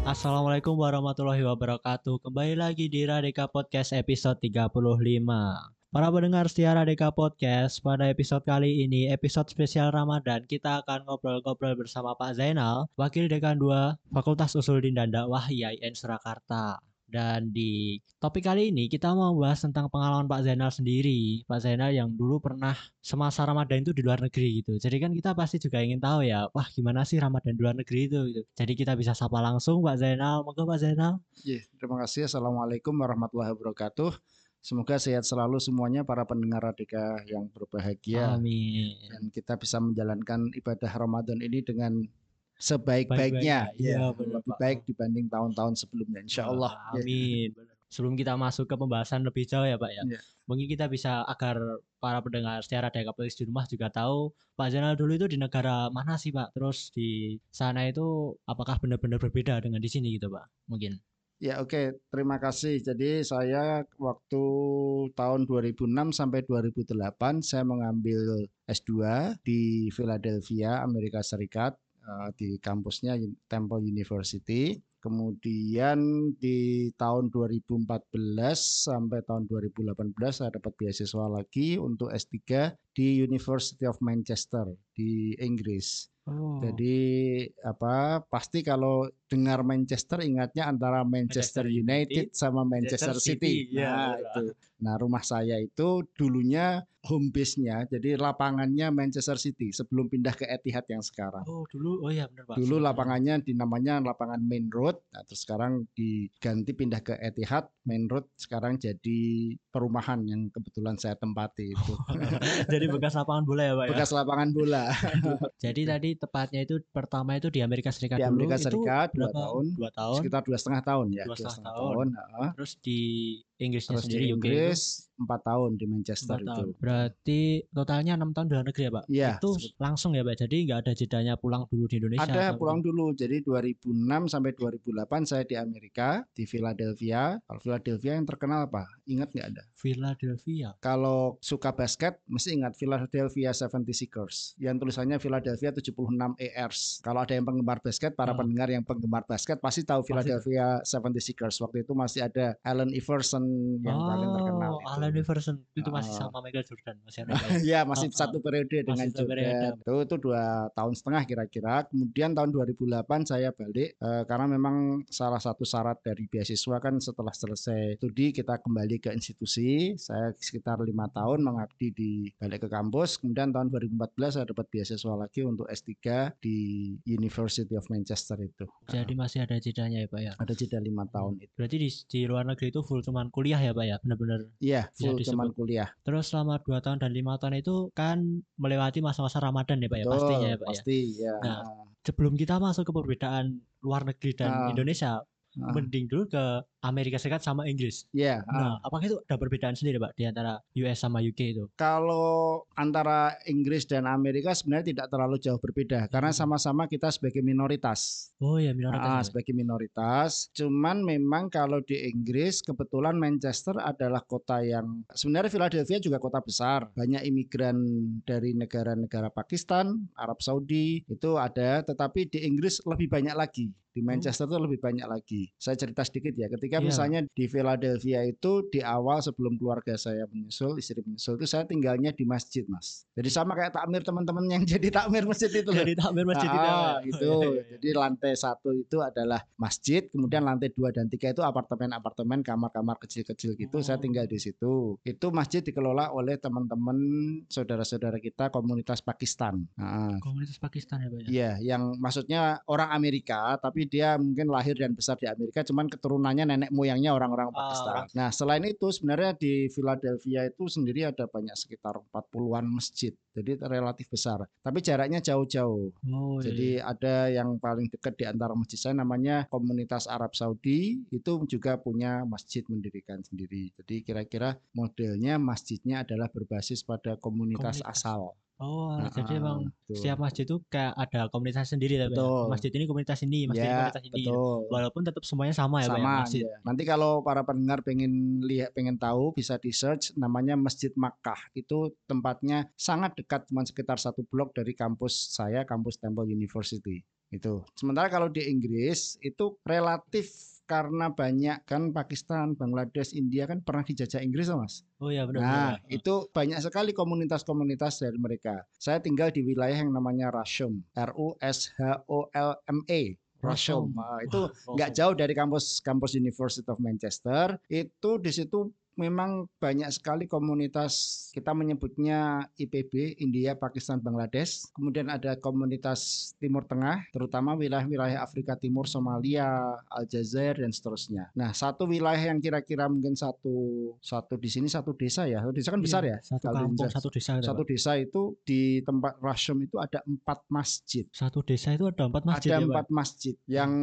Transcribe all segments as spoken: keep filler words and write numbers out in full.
Assalamualaikum warahmatullahi wabarakatuh. Kembali lagi di Radika Podcast episode tiga puluh lima. Para pendengar setia Radika Podcast, pada episode kali ini, episode spesial Ramadan, kita akan ngobrol-ngobrol bersama Pak Zainal, Wakil Dekan dua Fakultas Usuluddin dan Dakwah I A I N Surakarta. Dan di topik kali ini kita mau bahas tentang pengalaman Pak Zainal sendiri. Pak Zainal yang dulu pernah semasa Ramadan itu di luar negeri gitu. Jadi kan kita pasti juga ingin tahu ya, wah gimana sih Ramadan di luar negeri itu gitu. Jadi kita bisa sapa langsung Pak Zainal. Moga Pak Zainal. Ya, terima kasih. Assalamualaikum warahmatullahi wabarakatuh. Semoga sehat selalu semuanya para pendengar Radika yang berbahagia. Amin. Dan kita bisa menjalankan ibadah Ramadan ini dengan sebaik-baiknya. Ya, lebih baik dibanding tahun-tahun sebelumnya, insya Allah. Amin. Ya. Sebelum kita masuk ke pembahasan lebih jauh ya Pak ya, Ya. mungkin kita bisa agar para pendengar secara Radika Podcast di rumah juga tahu Pak Zainal dulu itu di negara mana sih Pak? Terus di sana itu apakah benar-benar berbeda dengan di sini gitu Pak? Mungkin. Ya oke, okay. Terima kasih. Jadi saya waktu tahun dua ribu enam sampai dua ribu delapan saya mengambil S dua di Philadelphia, Amerika Serikat, di kampusnya Temple University. Kemudian di tahun dua ribu empat belas sampai tahun dua ribu delapan belas saya dapat beasiswa lagi untuk S tiga di University of Manchester di Inggris. Oh. Jadi apa pasti kalau dengar Manchester ingatnya antara Manchester, Manchester United sama Manchester, Manchester City. City. Nah, ya, itu. Nah, rumah saya itu dulunya home base-nya, jadi lapangannya Manchester City sebelum pindah ke Etihad yang sekarang. Oh, dulu. Oh ya, benar Pak. Dulu lapangannya dinamanya lapangan Main Road, nah, terus sekarang diganti pindah ke Etihad. Main Road sekarang jadi perumahan yang kebetulan saya tempati itu. Jadi bekas lapangan bola ya, Pak ya. Bekas lapangan bola. Jadi tadi tepatnya itu pertama itu di Amerika Serikat di dulu. Amerika Serikat itu dua tahun, dua tahun, sekitar dua setengah tahun ya, dua setengah tahun. tahun. tahun. Terus di Inggrisnya Terus sendiri di U K Inggris empat tahun di Manchester empat itu. Tahun. Berarti totalnya enam tahun di luar negeri ya Pak? Iya. Itu langsung ya Pak. Jadi nggak ada jedanya pulang dulu di Indonesia. Ada pulang dulu. Jadi dua ribu enam sampai dua ribu delapan saya di Amerika di Philadelphia. Kalau Philadelphia yang terkenal apa? Ingat nggak ada? Philadelphia. Kalau suka basket mesti ingat Philadelphia seventy-sixers yang tulisannya Philadelphia tujuh puluh enam ers. Kalau ada yang penggemar basket, para oh. pendengar yang penggemar basket pasti tahu Philadelphia seventy-sixers. Waktu itu masih ada Allen Iverson yang oh, paling terkenal itu. Allen Iverson itu masih sama Michael Jordan masih ada. Ya masih oh, satu periode dengan Jordan. Itu itu dua tahun setengah kira-kira. Kemudian tahun dua ribu delapan saya balik eh, karena memang salah satu syarat dari beasiswa kan setelah selesai studi kita kembali ke institusi. Saya sekitar lima tahun mengabdi di balik ke kampus. Kemudian tahun dua ribu empat belas saya dapat beasiswa lagi untuk S tiga di University of Manchester itu. Jadi masih ada jedanya ya Pak ya? Ada jeda lima tahun itu. Berarti di, di luar negeri itu full cuman kuliah ya Pak ya? Benar-benar? Iya, full cuman kuliah. Terus selama dua tahun dan lima tahun itu kan melewati masa-masa Ramadan ya Pak ya? Betul, pastinya ya Pak pasti, ya? ya. Nah, sebelum kita masuk ke perbedaan luar negeri dan uh, Indonesia, uh, mending dulu ke Amerika Serikat sama Inggris. Iya. Yeah, uh. Nah, apakah itu ada perbedaan sendiri Pak di antara U S sama U K itu? Kalau antara Inggris dan Amerika sebenarnya tidak terlalu jauh berbeda hmm. karena sama-sama kita sebagai minoritas. Oh ya minoritas. Nah, ya? Sebagai minoritas. Cuman memang kalau di Inggris kebetulan Manchester adalah kota yang sebenarnya Philadelphia juga kota besar. Banyak imigran dari negara-negara Pakistan, Arab Saudi itu ada. Tetapi di Inggris lebih banyak lagi. Di Manchester itu oh. lebih banyak lagi. Saya cerita sedikit ya. Ketika yeah. misalnya di Philadelphia itu di awal sebelum keluarga saya menyusul, istri menyusul itu saya tinggalnya di masjid, Mas. Jadi sama kayak takmir teman-teman yang jadi takmir masjid itu. Jadi takmir masjid ah, itu. Itu. Oh, iya, iya. Jadi lantai satu itu adalah masjid, kemudian lantai dua dan tiga itu apartemen-apartemen, kamar-kamar kecil-kecil gitu. Oh. Saya tinggal di situ. Itu masjid dikelola oleh teman-teman saudara-saudara kita komunitas Pakistan. Nah, komunitas Pakistan ya, Pak? Iya, yang maksudnya orang Amerika tapi dia mungkin lahir dan besar di Amerika, cuman keturunannya nenek moyangnya orang-orang Pakistan. Oh. Nah, selain itu sebenarnya di Philadelphia itu sendiri ada banyak sekitar empat puluhan masjid. Jadi relatif besar. Tapi jaraknya jauh-jauh. Oh, iya. Jadi ada yang paling dekat di antara masjid saya namanya komunitas Arab Saudi, itu juga punya masjid mendirikan sendiri. Jadi kira-kira modelnya masjidnya adalah berbasis pada komunitas, komunitas. asal. Oh, nah, jadi emang betul. Setiap masjid itu kayak ada komunitas sendiri ya, masjid ini komunitas ini, masjid ya, ini komunitas ini. Betul. Walaupun tetap semuanya sama ya, sama, Pak ya, masjid. Ya. Nanti kalau para pendengar pengen lihat, pengen tahu, bisa di search namanya Masjid Makkah. Itu tempatnya sangat dekat, cuma sekitar satu blok dari kampus saya, kampus Temple University. Itu. Sementara kalau di Inggris itu relatif karena banyak kan Pakistan, Bangladesh, India kan pernah dijajah Inggris loh, Mas. Oh ya benar-benar ya. Nah, itu banyak sekali komunitas-komunitas dari mereka. Saya tinggal di wilayah yang namanya Rashom, R U S H O L M E. Rashom, Rossom. nah, itu Wah, nggak Rossom. jauh dari kampus kampus University of Manchester. Itu di situ memang banyak sekali komunitas, kita menyebutnya I P B, India, Pakistan, Bangladesh. Kemudian ada komunitas Timur Tengah, terutama wilayah-wilayah Afrika Timur, Somalia, Aljazair, dan seterusnya. Nah, satu wilayah yang kira-kira mungkin satu satu di sini satu desa ya, satu desa kan Iya, besar ya. satu Kalau di kampung, Indonesia, satu desa gitu, satu Pak. desa itu di tempat Rashom itu ada empat masjid. Satu desa itu ada empat masjid Ada ya, Pak. empat masjid, yang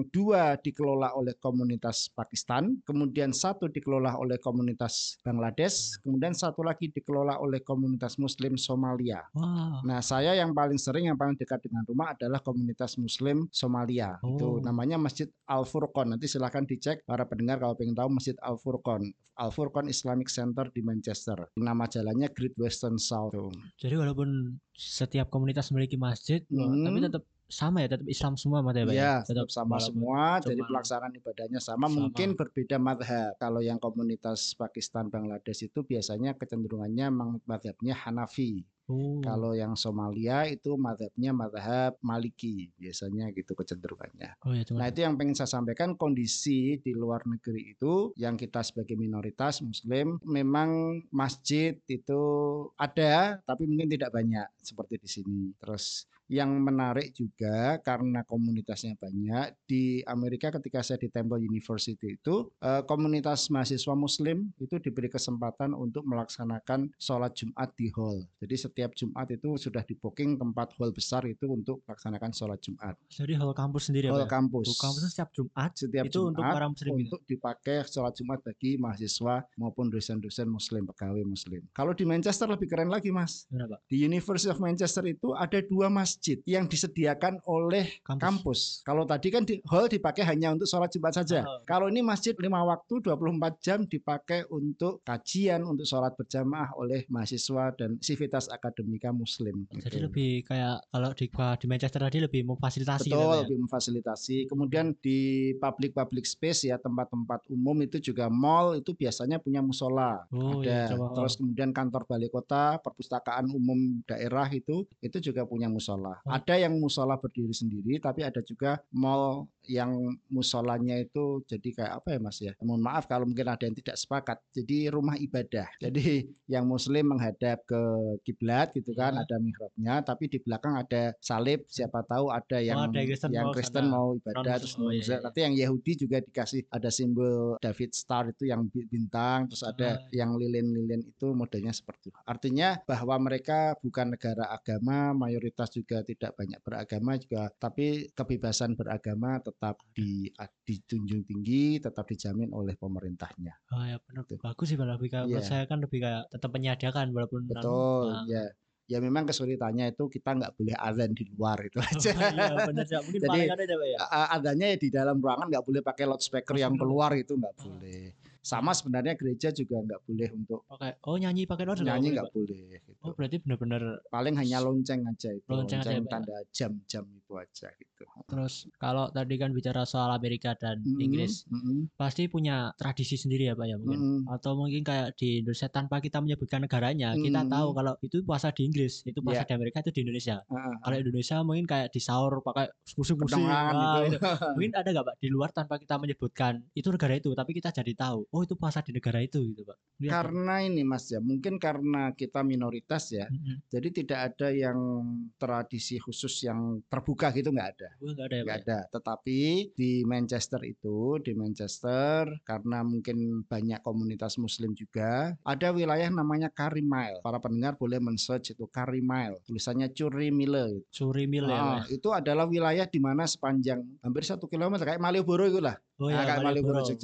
dua dikelola oleh komunitas Pakistan, kemudian satu dikelola oleh komunitas Bangladesh, kemudian satu lagi dikelola oleh komunitas Muslim Somalia. Wah. Nah, saya yang paling sering, yang paling dekat dengan rumah adalah komunitas Muslim Somalia. Itu Oh. namanya Masjid Al Furqon. Nanti silahkan dicek para pendengar kalau pengen tahu Masjid Al Furqon. Al Furqon Islamic Center di Manchester. Nama jalannya Great Western South. Jadi walaupun setiap komunitas memiliki masjid, wah, Hmm. tapi tetap sama ya, tetap Islam semua Mas ya, Pak ya. Iya, Tetap tetap sama walaupun semua. Jadi cuman pelaksanaan ibadahnya sama, sama. mungkin berbeda madhab. Kalau yang komunitas Pakistan, Bangladesh itu biasanya kecenderungannya memang madhabnya Hanafi. Oh. Kalau yang Somalia itu madhabnya madhab Maliki, biasanya gitu kecenderungannya. Oh ya, cuman. Nah, itu yang pengen saya sampaikan, kondisi di luar negeri itu yang kita sebagai minoritas Muslim, memang masjid itu ada, tapi mungkin tidak banyak seperti di sini. Terus yang menarik juga karena komunitasnya banyak, di Amerika ketika saya di Temple University itu eh, komunitas mahasiswa Muslim itu diberi kesempatan untuk melaksanakan sholat Jumat di hall. Jadi setiap Jumat itu sudah di booking tempat hall besar itu untuk melaksanakan sholat Jumat. Jadi hall kampus sendiri Hall ya, Pak? kampus. Hall kampus itu setiap Jumat Setiap itu untuk Jumat para muslim gitu. untuk dipakai sholat Jumat bagi mahasiswa maupun dosen-dosen Muslim, pegawai Muslim. Kalau di Manchester lebih keren lagi, Mas. Kenapa? Di University of Manchester itu ada dua masjid yang disediakan oleh Kampus. kampus. Kalau tadi kan di hall dipakai hanya untuk sholat Jumat saja. Oh. Kalau ini masjid lima waktu dua puluh empat jam dipakai untuk kajian, untuk sholat berjamaah oleh mahasiswa dan sivitas akademika Muslim. Jadi gitu. lebih kayak kalau di di Manchester tadi lebih memfasilitasi gitu, Betul, Pak ya. lebih memfasilitasi. Kemudian di public-public space ya, tempat-tempat umum itu juga mall itu biasanya punya musola. Oh, ada. iya, coba. Terus kemudian kantor balai kota, perpustakaan umum daerah itu itu juga punya musola. Oh. Ada yang musola berdiri sendiri, tapi ada juga mall yang musolanya itu jadi kayak apa ya Mas ya? Mohon maaf kalau mungkin ada yang tidak sepakat. Jadi rumah ibadah. Jadi yang Muslim menghadap ke kiblat gitu kan, Iya. ada mihrabnya, tapi di belakang ada salib. Siapa tahu ada yang Oh, ada yang Kristen yang mau Kristen sana. mau ibadah Non-Muslim. terus Oh, iya, iya. nanti yang Yahudi juga dikasih ada simbol David Star itu yang bintang, terus ada Ah. yang lilin-lilin itu modelnya seperti itu. Artinya bahwa mereka bukan negara agama, mayoritas juga tidak banyak beragama juga, tapi kebebasan beragama tetap di, dijunjung tinggi, tetap dijamin oleh pemerintahnya. Oh ya benar, Gitu. bagus sih Pak. Lebih kayak menurut Iya. saya kan lebih kayak tetap menyediakan walaupun anu, Betul, ah. ya. Ya memang kesulitannya itu kita nggak boleh azan di luar itu Oh, aja. iya benar sih. Mungkin Jadi paling ada deh, Pak ya. a- adanya ya di dalam ruangan, nggak boleh pakai loudspeaker yang Loudspeaker. keluar itu nggak Ah. boleh. Sama sebenarnya gereja juga nggak boleh untuk Oke. Oh, nyanyi pakai loudspeaker nggak nyanyi, boleh, nggak Pak? boleh gitu. Oh, berarti benar-benar Paling hanya lonceng aja itu, Lonceng aja ya, Pak ya? tanda jam-jam itu aja gitu. Terus kalau tadi kan bicara soal Amerika dan Mm-mm, Inggris, mm-mm, pasti punya tradisi sendiri ya Pak ya mungkin. mm-mm. Atau mungkin kayak di Indonesia tanpa kita menyebutkan negaranya, kita Mm-mm. tahu kalau itu puasa di Inggris, itu puasa Iya. di Amerika, itu di Indonesia. Ah, ah, Kalau Indonesia mungkin kayak di sahur pakai musik-musik. Kedengaran Wah, itu. itu. Mungkin ada nggak Pak di luar tanpa kita menyebutkan itu negara itu, tapi kita jadi tahu, oh itu puasa di negara itu gitu Pak. Lihat, Pak. Karena ini Mas ya, mungkin karena kita minoritas ya, Mm-mm. jadi tidak ada yang tradisi khusus yang terbuka gitu, nggak ada. Oh, nggak ada ya Pak. Nggak ya? ada. Tetapi di Manchester itu, di Manchester karena mungkin banyak komunitas Muslim juga, ada wilayah namanya Carrimile. Para pendengar boleh men-search itu Carrimile. Tulisannya Curry Mile. Suri Mil ya Pak. Ah, ya? itu adalah wilayah di mana sepanjang hampir satu kilometer kayak Malioboro itu lah. Oh Nah, ya kayak Malioboro Malioboro. Jogja.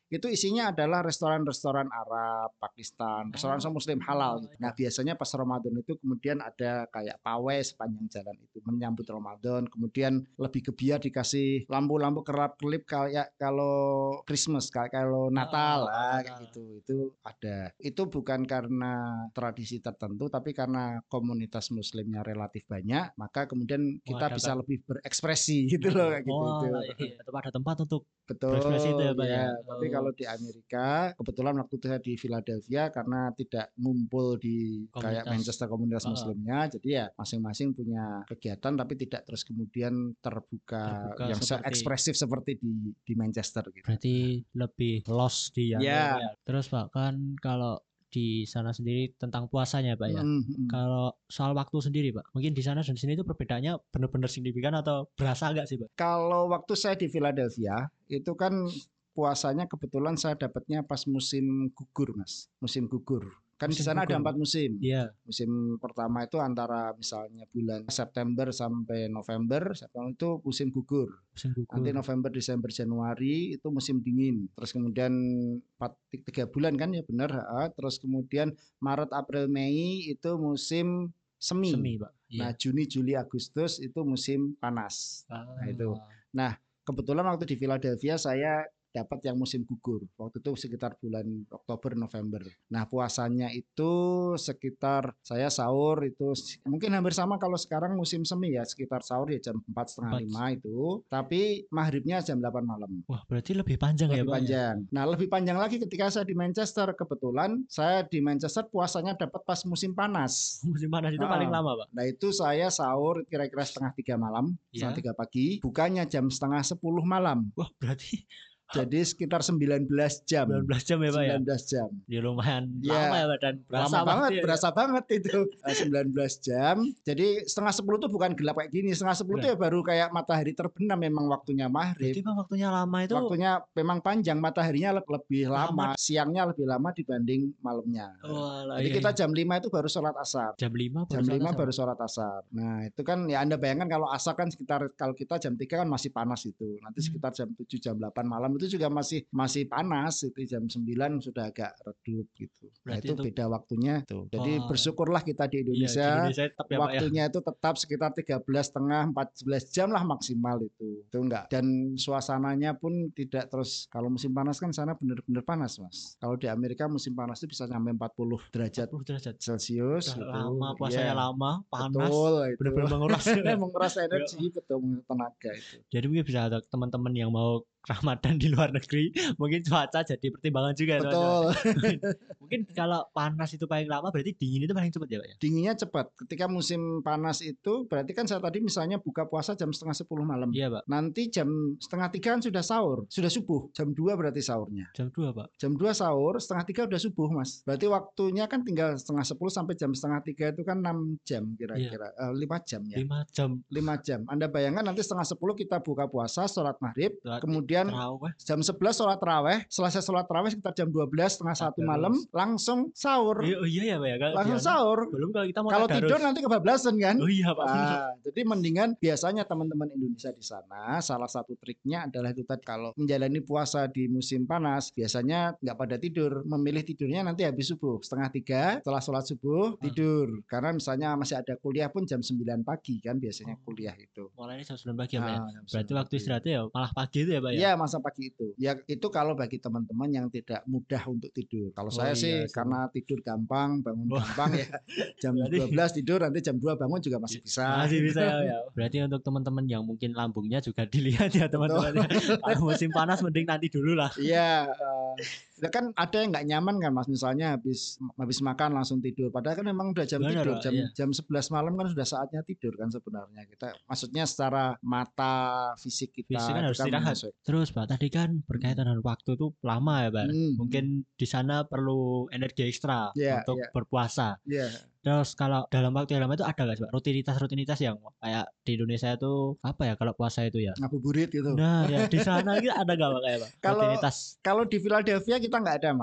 itu isinya adalah restoran-restoran Arab, Pakistan, restoran Oh, Muslim halal gitu. Nah, iya. biasanya pas Ramadan itu kemudian ada kayak pawai sepanjang jalan itu menyambut Ramadan, kemudian lebih gebiar dikasih lampu-lampu kerap-kelip kayak kalau Christmas, kayak kalau Natal Heeh, kalau lah kayak Natal. gitu. Itu ada. Itu bukan karena tradisi tertentu tapi karena komunitas muslimnya relatif banyak, maka kemudian kita bisa Mengadakan lebih berekspresi gitu loh heeh. kayak gitu itu. Oh, iya, tetap ada tempat untuk berekspresi itu ya, Betul, Pak, ya? ya. Tapi Oh, kalau di Amerika, kebetulan waktu itu saya di Philadelphia karena tidak ngumpul di kayak komunitas Manchester komunitas heeh, muslimnya, jadi ya masing-masing punya kegiatan tapi tidak terus kemudian terbuka terbuka yang seperti se-ekspresif seperti di di Manchester gitu. berarti lebih lost di anu ya, Pak, Ya, ya? Terus, Pak, kan kalau di sana sendiri tentang puasanya, Pak, ya? mm, mm. Kalau soal waktu sendiri, Pak, mungkin di sana dan di sini itu perbedaannya benar-benar signifikan atau berasa nggak sih, Pak? Kalau waktu saya di Philadelphia, itu kan puasanya kebetulan saya dapatnya pas musim gugur, Mas. Musim gugur. Kan di Musim sana ada gugur, empat Pak? musim. Iya, Musim pertama itu antara misalnya bulan September sampai November, September itu musim gugur. musim Nanti gugur. November, Desember, Januari itu musim dingin. Terus kemudian empat, tiga bulan kan ya benar. ah. Terus kemudian Maret, April, Mei itu musim semi. Semi, Pak? Nah, Iya. Juni, Juli, Agustus itu musim panas. Nah, itu. Ah, Nah, kebetulan waktu di Philadelphia saya dapat yang musim gugur. Waktu itu sekitar bulan Oktober, November. Nah, puasanya itu sekitar saya sahur itu mungkin hampir sama kalau sekarang musim semi ya, sekitar sahur ya jam empat setengah empat. lima itu. Tapi maghribnya jam delapan malam. Wah, berarti lebih panjang ya, Lebih Pak, ya? panjang. Nah, lebih panjang lagi ketika saya di Manchester. Kebetulan saya di Manchester puasanya dapat pas musim panas. Musim panas itu paling Heeh. lama, Pak? Nah itu saya sahur kira-kira setengah tiga malam, setengah Iya. tiga pagi, bukanya jam setengah sepuluh malam. Wah, berarti Jadi sekitar sembilan belas jam. sembilan belas jam ya, Pak, ya? sembilan belas jam. Ya lumayan lama Ya, ya, Pak, dan berasa lama banget banget, ya, ya. berasa banget itu. Eh, sembilan belas jam. Jadi setengah sepuluh itu bukan gelap kayak gini. Setengah sepuluh itu Benar. ya baru kayak matahari terbenam memang waktunya Berarti maghrib. Pak waktunya lama itu Waktunya memang panjang, mataharinya le- lebih lama. lama, siangnya lebih lama dibanding malamnya. Walah, Jadi iya, kita iya. jam lima itu baru sholat asar. Jam lima baru Jam sholat lima asar, baru Pak? sholat asar. Nah, itu kan ya Anda bayangkan kalau asar kan sekitar kalau kita jam tiga kan masih panas itu. Nanti Hmm. sekitar jam tujuh jam delapan malam itu juga masih masih panas. Itu jam sembilan sudah agak redup gitu. Nah, Berarti itu untuk beda waktunya tuh. Jadi oh, bersyukurlah kita di iya di Indonesia Indonesia tetap ya, Pak, ya. waktunya itu tetap sekitar tiga belas setengah empat belas jam lah maksimal itu. Itu enggak. Dan suasananya pun tidak terus kalau musim panas kan sana benar-benar panas, Mas. Kalau di Amerika musim panas itu bisa sampai empat puluh derajat empat puluh derajat. Celcius Udah gitu. lama puasanya Iya. lama, panas, Betul itu. benar-benar menguras ya. Menguras Ya. energi, betul tenaga itu. Jadi mungkin bisa ada teman-teman yang mau Ramadan di luar negeri, mungkin cuaca jadi pertimbangan juga ya, teman-teman. Betul. Mungkin, mungkin kalau panas itu paling lama, berarti dingin itu paling cepat ya, Pak, ya? Dinginnya cepat. Ketika musim panas itu berarti kan saya tadi misalnya buka puasa jam setengah sepuluh malam. Iya, Pak. Nanti jam setengah tiga kan sudah sahur, sudah subuh. Jam dua berarti sahurnya. Jam dua, Pak. Jam dua sahur, setengah tiga udah subuh, Mas. Berarti waktunya kan tinggal setengah sepuluh sampai jam setengah tiga itu kan enam jam kira-kira. Eh, lima jam ya. lima jam. lima jam. Anda bayangkan nanti setengah sepuluh kita buka puasa, sholat maghrib, Sholat kemudian tarawih. jam sebelas sholat taraweh, selesai sholat taraweh sekitar jam dua belas setengah satu Tadarus. malam langsung sahur. Iya, oh iya ya, Pak, ya. Kalau Langsung di anu, sahur. belum kalau kita mau Kalau tadarus. tidur nanti kebablasan kan? Oh iya, Pak. Nah, jadi mendingan biasanya teman-teman Indonesia di sana salah satu triknya adalah itu tadi kalau menjalani puasa di musim panas biasanya nggak pada tidur, memilih tidurnya nanti habis subuh setengah tiga setelah sholat subuh tidur karena misalnya masih ada kuliah pun jam sembilan pagi kan biasanya kuliah itu. Mulainya jam sembilan pagi ya, Pak, ya. Nah, jam Berarti sembilan waktu pagi. istirahatnya ya malah pagi itu ya, Pak, ya? Iya masa pagi itu. Ya itu kalau bagi teman-teman yang tidak mudah untuk tidur. Kalau Oh saya iya sih sih. karena tidur gampang, bangun Oh. gampang ya. Jam Berarti- dua belas tidur nanti jam dua bangun juga masih bisa. Masih bisa ya, ya. Berarti untuk teman-teman yang mungkin lambungnya juga dilihat ya, teman-teman. Ya. Kalau musim panas mending nanti dulu lah. Iya, eh, ya kan ada yang nggak nyaman kan Mas, misalnya habis habis makan langsung tidur. Padahal kan memang udah jam Benar, tidur, Pak, jam iya. jam sebelas malam kan sudah saatnya tidur kan sebenarnya. Kita maksudnya secara mata fisik kita Fisik kan itu harus istirahat. menyesuaikan. Terus Pak, tadi kan berkaitan dengan waktu itu lama ya, Pak. Hmm. Mungkin di sana perlu energi ekstra Iya, untuk iya. berpuasa. Iya. Terus kalau dalam waktu yang lama itu ada nggak sih, Pak, rutinitas-rutinitas yang kayak di Indonesia itu apa ya kalau puasa itu ya? Ngabuburit gitu. Nah, ya di sana itu ada nggak Pak kayak Pak? Kalau- Rutinitas. Kalau di Philadelphia kita nggak ada Mas.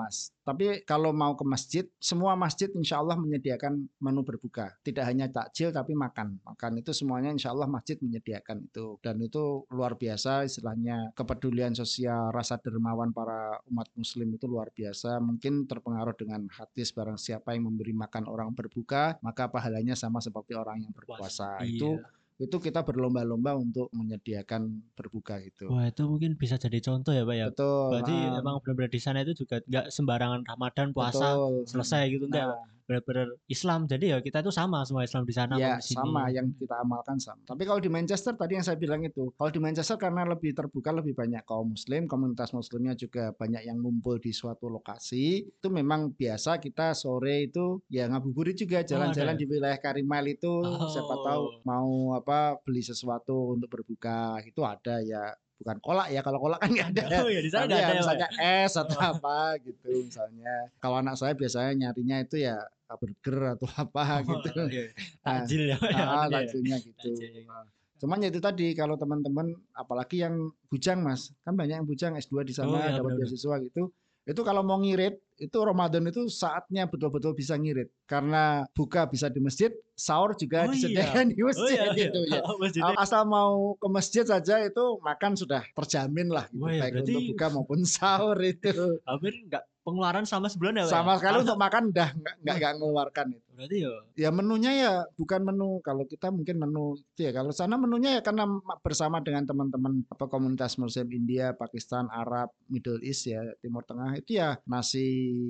Tapi kalau mau ke masjid, semua masjid insya Allah menyediakan menu berbuka. Tidak hanya takjil tapi makan. Makan itu semuanya insya Allah masjid menyediakan itu. Dan itu luar biasa istilahnya kepedulian sosial, rasa dermawan para umat muslim itu luar biasa. Mungkin terpengaruh dengan hadis barang siapa yang memberi makan orang berbuka, maka pahalanya sama seperti orang yang berpuasa. Puasa, Itu iya. itu kita berlomba-lomba untuk menyediakan berbuka gitu. Wah, itu mungkin bisa jadi contoh ya, Pak ya. Betul. Berarti ah, emang benar-benar di sana itu juga nggak sembarangan Ramadan puasa betul. selesai gitu enggak, Pak. Nah, Benar-benar Islam. Jadi ya kita itu sama semua Islam di sana ya maupun di sini. sama yang kita amalkan sama. Tapi kalau di Manchester tadi yang saya bilang itu, kalau di Manchester karena lebih terbuka, lebih banyak kaum muslim, komunitas muslimnya juga banyak yang ngumpul di suatu lokasi, itu memang biasa kita sore itu ya ngabuburit juga, Oh, jalan-jalan ada. di wilayah Karimal itu, siapa tahu Oh. mau apa beli sesuatu untuk berbuka, itu ada ya. Bukan kolak ya, kalau kolak kan nggak ada ya. Oh ya, di sana Tapi nggak ya ada ya, Pak ya? misalnya es atau Oh. apa gitu misalnya. Kalau anak saya biasanya nyarinya itu ya burger atau apa Oh, gitu. iya. Nah, Takjil ya, Pak ya, ah, anunya ya. takjilnya gitu. Takjil. Nah, cuman ya itu tadi kalau teman-teman apalagi yang bujang Mas, kan banyak yang bujang S dua di Oh sana ya, dapat benar-benar. beasiswa gitu. Itu kalau mau ngirit, itu Ramadan itu saatnya betul-betul bisa ngirit. Karena buka bisa di masjid, sahur juga Oh iya. disediakan di Oh masjid iya, iya. gitu ya. Kalau masjidnya. Asal mau ke masjid saja itu makan sudah terjamin lah gitu, Wah ya, baik untuk berarti buka maupun sahur itu. hampir nggak pengeluaran sama sebulan ya, Pak ya? Sama sekali Kalau untuk makan udah nggak nggak wah, nggak mengeluarkan itu. berarti ya. Ya menunya ya bukan menu, kalau kita mungkin menu itu ya, kalau sana menunya ya karena bersama dengan teman-teman apa komunitas muslim India, Pakistan, Arab, Middle East ya, Timur Tengah itu ya nasi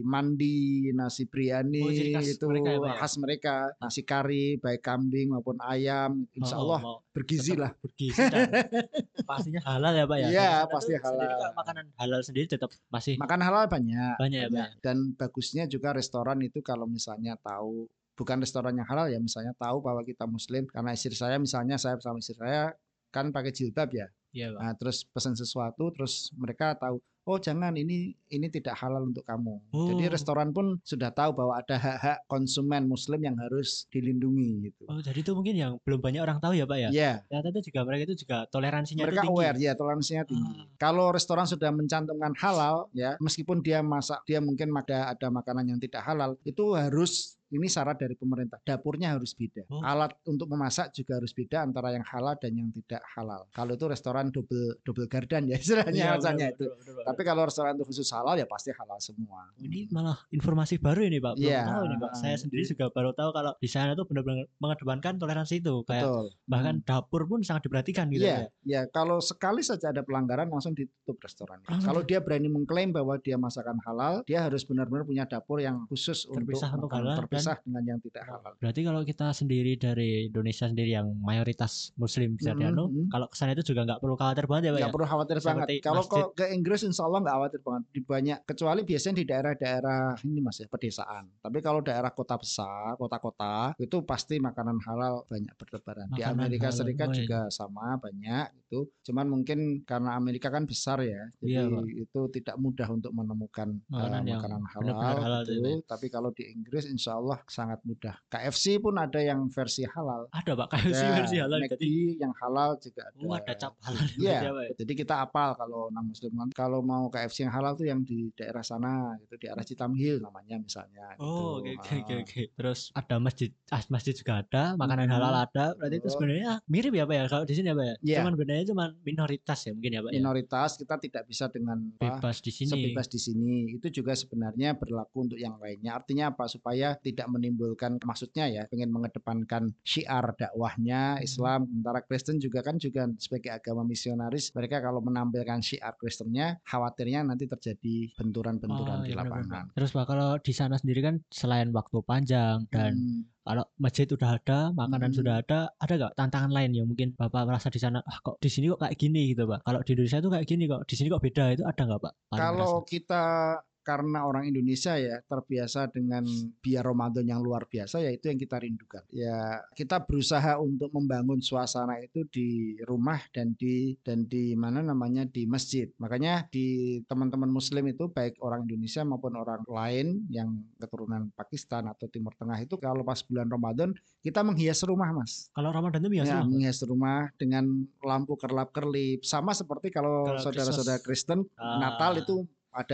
mandi, nasi Oh, jadi biryani khas itu mereka ya, Pak ya? khas mereka, nasi kari baik kambing maupun ayam, insya Oh, Allah mau bergizi tetap lah. bergizi dan pastinya halal ya, Pak ya. Dan Iya di sana pasti tuh sendiri halal. Kak, makanan halal sendiri tetap masih Makan halal banyak, banyak ya, Pak banyak. ya? Dan bagusnya juga restoran itu kalau misalnya tahu, bukan restoran yang halal ya, misalnya tahu bahwa kita muslim, karena istri saya misalnya, saya sama istri saya kan pakai jilbab ya. Iya, Pak. Nah, terus pesan sesuatu, terus mereka tahu, oh jangan, ini ini tidak halal untuk kamu. Jadi Oh. restoran pun sudah tahu bahwa ada hak-hak konsumen muslim yang harus dilindungi gitu. Oh, jadi itu mungkin yang belum banyak orang tahu ya, Pak ya? Iya, Ternyata itu juga mereka itu juga toleransinya itu mereka tinggi. aware ya, toleransinya tinggi. Ah. Kalau restoran sudah mencantumkan halal ya, meskipun dia masak, dia mungkin ada ada makanan yang tidak halal, itu harus, ini syarat dari pemerintah, dapurnya harus beda. Oh. Alat untuk memasak juga harus beda antara yang halal dan yang tidak halal. Kalau itu restoran double double garden ya istilahnya Iya, alasannya benar, itu. benar, benar, Pak. Tapi kalau restoran itu khusus halal ya pasti halal semua. Ini malah informasi baru ini, Pak. Belum Iya, tahu ini, Pak. Saya sendiri jadi- juga baru tahu kalau di sana tuh benar-benar mengedepankan toleransi itu. Kayak betul. bahkan Hmm. dapur pun sangat diperhatikan gitu Iya, ya. ya kalau sekali saja ada pelanggaran langsung ditutup restoran. Langsung Kalau dia berani mengklaim bahwa dia masakan halal, dia harus benar-benar punya dapur yang khusus Terpisah untuk untuk makanan halal terpisah dengan yang tidak halal. Berarti kalau kita sendiri dari Indonesia sendiri yang mayoritas muslim bisa Mhm, dianu, mhm. kalau kesana itu juga nggak perlu khawatir banget ya, Pak Nggak ya? perlu khawatir Seperti banget. Kalau masjid. kok ke Inggris insya Allah nggak khawatir banget. Di banyak, kecuali biasanya di daerah-daerah ini mas ya, pedesaan. Tapi kalau daerah kota besar, kota-kota, itu pasti makanan halal banyak bertebaran. Di Makanan Amerika halal. Serikat Oh, iya. juga sama, banyak itu. Cuman mungkin karena Amerika kan besar ya, Iya, jadi Pak. itu tidak mudah untuk menemukan uh, Makanan yang makanan benar-benar halal, halal gitu. tuh, Pak ya. Tapi kalau di Inggris insya Allah sangat mudah. K F C pun ada yang versi halal. Ada, Pak, K F C Ada versi halal. McD Jadi yang halal juga ada. oh, ada cap halal Iya, berarti ya, Pak ya? jadi kita apal kalau non muslim kan. Kalau mau K F C yang halal tuh yang di daerah sana gitu, di arah Citamhil namanya misalnya Oh, gitu. oke oke oke Ah, oke. Terus ada masjid, ah, masjid juga ada, makanan Mhm. halal ada. Berarti itu Betul. sebenarnya mirip ya, Pak ya? Kalau di sini ya, Pak ya? Iya. Cuman bedanya cuman minoritas ya mungkin ya, Pak ya? Minoritas kita tidak bisa dengan apa, Bebas di sini. sebebas di sini. Itu juga sebenarnya berlaku untuk yang lainnya. Artinya apa? Supaya tidak menimbulkan, maksudnya ya, pengen mengedepankan syiar dakwahnya Hmm. Islam. Sementara Kristen juga kan juga sebagai agama misionaris, mereka kalau menampilkan syiar Kristennya, khawatirnya nanti terjadi benturan-benturan Oh, di iya benar-benar, lapangan. Pak. Terus Pak, kalau di sana sendiri kan selain waktu panjang dan Hmm. kalau masjid udah ada, makanan Hmm. sudah ada, ada nggak tantangan lain yang mungkin Bapak merasa di sana, ah kok di sini kok kayak gini gitu, Pak? Kalau di Indonesia tuh kayak gini kok, di sini kok beda, itu ada nggak, Pak? Paling Kalau merasa? kita karena orang Indonesia ya terbiasa dengan biar Ramadan yang luar biasa, ya itu yang kita rindukan. Ya kita berusaha untuk membangun suasana itu di rumah dan di dan di mana namanya di masjid. Makanya di teman-teman Muslim itu baik orang Indonesia maupun orang lain yang keturunan Pakistan atau Timur Tengah itu kalau pas bulan Ramadan kita menghias rumah, Mas. Kalau Ramadan tuh biasa Ya, loh, Pak. menghias rumah dengan lampu kerlap-kerlip, sama seperti kalau Kalau saudara-saudara Kristus, Kristen Natal ah, itu ada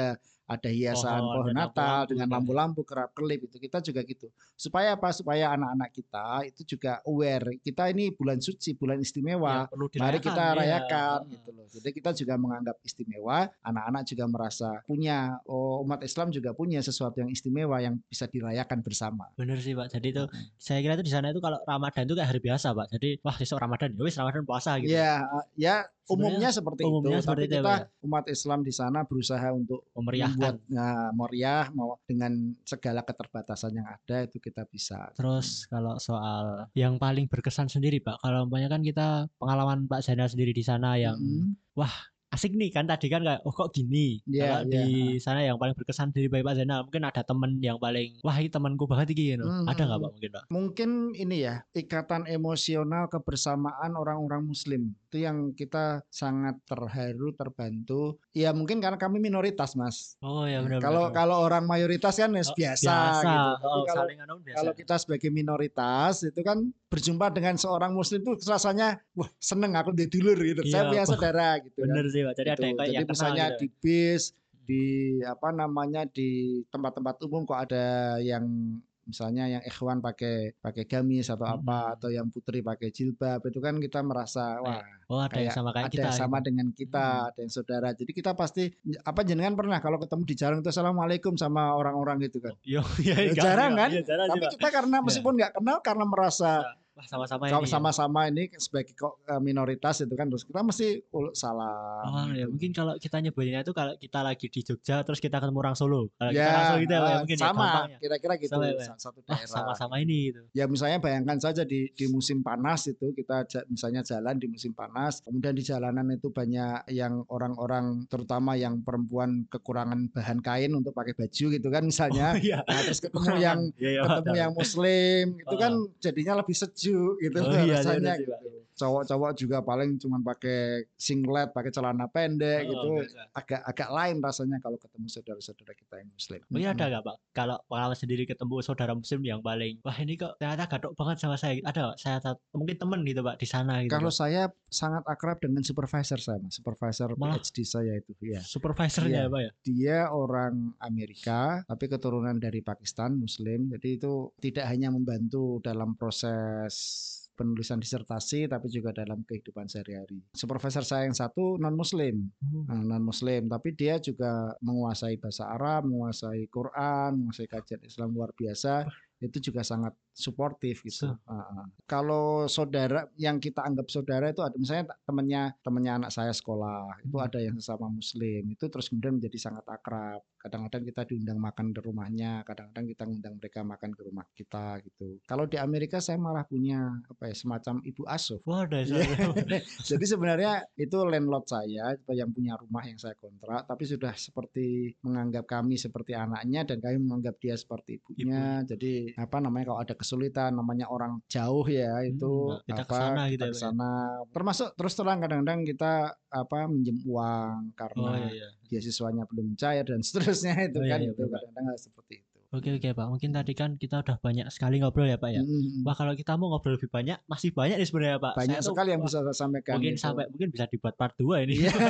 ada hiasan Pohon pohon dan Natal lampu-lampu dengan gitu. lampu-lampu, kerap-kelip itu. Kita juga gitu. Supaya apa? Supaya anak-anak kita itu juga aware. Kita ini bulan suci, bulan Iya, istimewa. perlu Mari dirayakan. kita Iya, rayakan heeh. gitu loh. Jadi kita juga menganggap istimewa, anak-anak juga merasa punya, oh, umat Islam juga punya sesuatu yang istimewa yang bisa dirayakan bersama. Bener sih Pak. Jadi itu Heeh. saya kira itu di sana itu kalau Ramadan itu kayak hari biasa Pak. Jadi wah besok Ramadan, ya wis Ramadan puasa gitu. Ya, ya Sebenarnya umumnya seperti itu. umumnya seperti Tapi itu ya Pak ya. kita umat Islam di sana berusaha untuk Memeriahkan. membuat nah, meriah mau dengan segala keterbatasan yang ada itu kita bisa. Terus kalau soal yang paling berkesan sendiri Pak, kalau umpamanya kan kita pengalaman Pak Zainal sendiri di sana yang Mm-mm. wah asik nih kan tadi kan kayak oh kok gini. Ya, Kalau ya. di sana yang paling berkesan dari Pak Zainal mungkin ada temen yang paling wah ini temanku banget iki gitu. Mm-mm. Ada nggak Pak mungkin Pak? Mungkin ini ya, ikatan emosional kebersamaan orang-orang Muslim. Itu yang kita sangat terharu, terbantu. Ya mungkin karena kami minoritas, Mas. Oh ya Nah, benar-benar. kalau kalau orang mayoritas kan ya Oh, biasa biasa, gitu. Tapi oh, kalau saling anu biasa. kalau kita sebagai minoritas itu kan berjumpa dengan seorang Muslim itu rasanya wah seneng aku di dulur gitu. Iya, Saya punya Pak. saudara gitu kan. Bener sih Pak. Jadi ada Gitu. yang kayak Jadi yang kenal misalnya gitu. di bis, di apa namanya di tempat-tempat umum kok ada yang misalnya yang ikhwan pakai pakai gamis atau apa Mm-mm. atau yang putri pakai jilbab itu kan kita merasa wah Oh ada yang kayak sama kayak ada kita yang sama gitu. dengan kita, Hmm. ada yang saudara. Jadi kita pasti apa jenengan pernah kalau ketemu di jalan itu assalamualaikum sama orang-orang gitu kan? Yo, ya, Ya, enggak, jarang enggak. kan? Iya, jarang sih, Tapi Pak. kita karena Iya. meskipun nggak kenal karena merasa Wah, sama-sama kalau ini ya. sama-sama ini sebagai kok eh, minoritas itu kan terus kita mesti uluk salam Oh ya, gitu. mungkin kalau kita nyebutnya itu kalau kita lagi di Jogja terus kita ketemu orang Solo. Kalau kita Ya, langsung gitu ya, Pak, ya, eh, mungkin ya sama gampangnya. kira-kira gitu Sama ya, Pak, ya? sa- satu Wah, daerah. sama-sama gitu. ini gitu. Ya misalnya bayangkan saja di di musim panas itu kita ja- misalnya jalan di musim panas, kemudian di jalanan itu banyak yang orang-orang terutama yang perempuan kekurangan bahan kain untuk pakai baju gitu kan misalnya. Oh iya. Nah, terus ketemu Kekurangan. yang Iya, iya, ketemu ada. yang muslim itu kan Oh. jadinya lebih sejuk gitu Oh iya, rasanya iya, sih, Pak. gitu. Cowok-cowok juga paling cuma pakai singlet, pakai celana pendek Oh, gitu. biasa. Agak agak lain rasanya kalau ketemu saudara-saudara kita yang muslim. Mungkin ada Mm-mm. nggak Pak? Kalau pengalaman sendiri ketemu saudara muslim yang paling wah ini kok ternyata gatok banget sama saya. Ada nggak? Saya tat- mungkin temen gitu Pak di sana gitu Kalau Pak. saya sangat akrab dengan supervisor saya, Mas. Supervisor Malah P H D saya itu, ya. supervisornya Iya. ya Pak ya. Dia orang Amerika, tapi keturunan dari Pakistan, Muslim. Jadi itu tidak hanya membantu dalam proses penulisan disertasi, tapi juga dalam kehidupan sehari-hari. Supervisor saya yang satu non-Muslim, Hmm. Nah, non-Muslim, tapi dia juga menguasai bahasa Arab, menguasai Quran, menguasai kajian Islam luar biasa. Itu juga sangat suportif gitu. So. Uh, uh. Kalau saudara yang kita anggap saudara itu ada misalnya temannya temannya anak saya sekolah itu Hmm. ada yang sesama Muslim itu terus kemudian menjadi sangat akrab. Kadang-kadang kita diundang makan di rumahnya, kadang-kadang kita ngundang mereka makan ke rumah kita gitu. Kalau di Amerika saya malah punya apa ya semacam ibu asuh. Wah, ada Iya. soalnya. Jadi sebenarnya itu landlord saya yang punya rumah yang saya kontrak, tapi sudah seperti menganggap kami seperti anaknya dan kami menganggap dia seperti ibunya. Jadi apa namanya kalau ada kesulitan namanya orang jauh ya itu Hmm, kita apa kesana kita gitu ya, ke Pak ya. sana. Termasuk terus terang kadang-kadang kita apa minjem uang Oh karena iya iya. beasiswanya belum cair dan seterusnya itu Oh iya kan iya itu benar, Pak. kadang-kadang hal seperti itu. Oke oke Pak, mungkin tadi kan kita udah banyak sekali ngobrol ya Pak ya. Mm-mm. Wah kalau kita mau ngobrol lebih banyak, masih banyak nih sebenarnya Pak. Banyak Saya tuh sekali yang wah, bisa saya sampaikan mungkin gitu. sampai mungkin bisa dibuat part dua ini. Iya.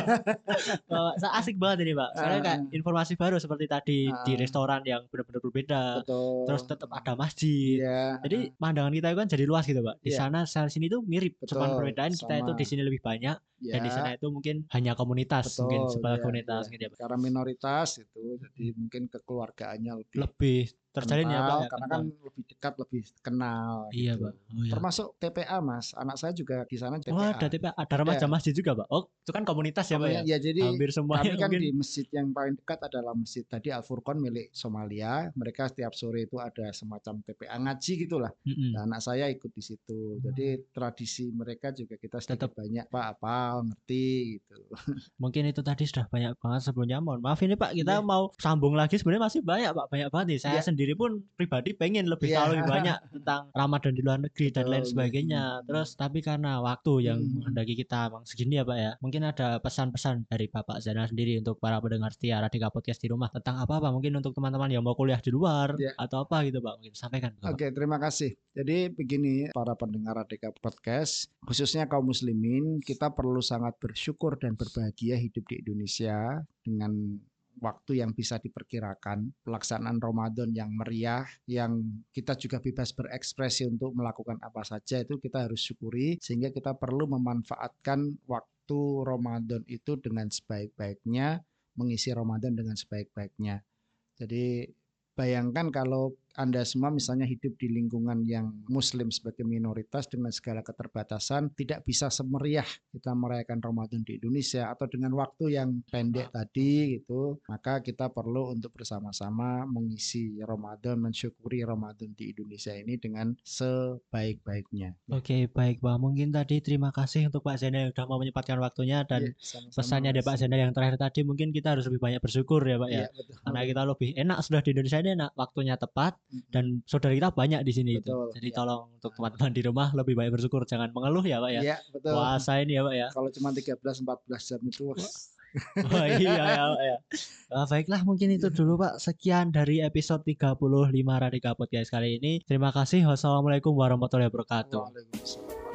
Wah, sa- asik banget ini Pak. Soalnya kayak Ah, informasi baru seperti tadi di ah, restoran yang benar-benar berbeda. Terus betul. tetap ada masjid. Iya. Jadi pandangan kita itu kan jadi luas gitu Pak. Di Iya. sana sana sini tuh mirip. Cuman Betul, perbedaan kita itu sama. di sini lebih banyak dan di sana Ya, itu mungkin hanya komunitas, mungkin betul. sebuah Ya, komunitas ya. gitu ya Pak. Karena minoritas itu, jadi mungkin kekeluargaannya lebih Lebih terjalin ya Pak kental, ya, karena kental. kan lebih dekat, lebih kenal Iya gitu. Pak. Oh iya. Termasuk T P A, Mas. Anak saya juga di sana Oh T P A. ada T P A, ada remaja Ada. masjid juga Pak. Oh itu kan komunitas ya Pak ya. Komunitas, ya jadi Hampir semuanya kami kan mungkin. di masjid yang paling dekat adalah masjid tadi Al Furqon milik Somalia. Mereka setiap sore itu ada semacam T P A ngaji gitulah. Mm-mm. Nah, anak saya ikut di situ. Jadi tradisi mereka juga kita sedikit Tetap banyak Pak apa ngerti gitu. mungkin itu tadi sudah banyak banget sebelumnya. Mohon maaf ini Pak, kita Iya. mau sambung lagi sebenarnya masih banyak Pak, banyak banget nih. Saya Iya. sendiri pun pribadi pengen lebih Iya. tahu lebih banyak tentang Ramadan di luar negeri dan Betul, lain iya. sebagainya. Hmm. Terus tapi karena waktu yang Hmm. menghendaki kita bang segini ya Pak ya, mungkin ada pesan-pesan dari Bapak Zainal sendiri untuk para pendengar setia Radika Podcast di rumah tentang apa Pak? Mungkin untuk teman-teman yang mau kuliah di luar Iya. atau apa gitu Pak, mungkin sampaikan Bapak. Oke, terima kasih. Jadi begini para pendengar Radika Podcast, khususnya kaum muslimin, kita perlu sangat bersyukur dan berbahagia hidup di Indonesia dengan waktu yang bisa diperkirakan, pelaksanaan Ramadan yang meriah, yang kita juga bebas berekspresi untuk melakukan apa saja, itu kita harus syukuri, sehingga kita perlu memanfaatkan waktu Ramadan itu dengan sebaik-baiknya, mengisi Ramadan dengan sebaik-baiknya. Jadi bayangkan kalau Anda semua misalnya hidup di lingkungan yang Muslim sebagai minoritas dengan segala keterbatasan, tidak bisa semeriah kita merayakan Ramadan di Indonesia atau dengan waktu yang pendek tadi gitu, maka kita perlu untuk bersama-sama mengisi Ramadan, mensyukuri Ramadan di Indonesia ini dengan sebaik-baiknya. Oke, baik Pak. Mungkin tadi terima kasih untuk Pak Zainal yang sudah mau menyempatkan waktunya, dan Iya, sama-sama, pesannya dari Pak Mas. Zainal yang terakhir tadi, mungkin kita harus lebih banyak bersyukur ya Pak ya. Iya, betul. Karena kita lebih enak sudah di Indonesia ini, enak, waktunya tepat, Mm-mm. dan saudara kita banyak di sini itu. Betul, Jadi ya. tolong untuk teman-teman di rumah lebih banyak bersyukur, jangan mengeluh ya Pak ya. Iya, betul. Puasa ini ya Pak ya. Kalau cuma tiga belas empat belas jam itu Oh iya ya Pak ya. Ah, baiklah, mungkin itu dulu Pak. Sekian dari episode tiga puluh lima Radika Podcast kali ini. Terima kasih. Wassalamualaikum warahmatullahi wabarakatuh. Waalaikumsalam.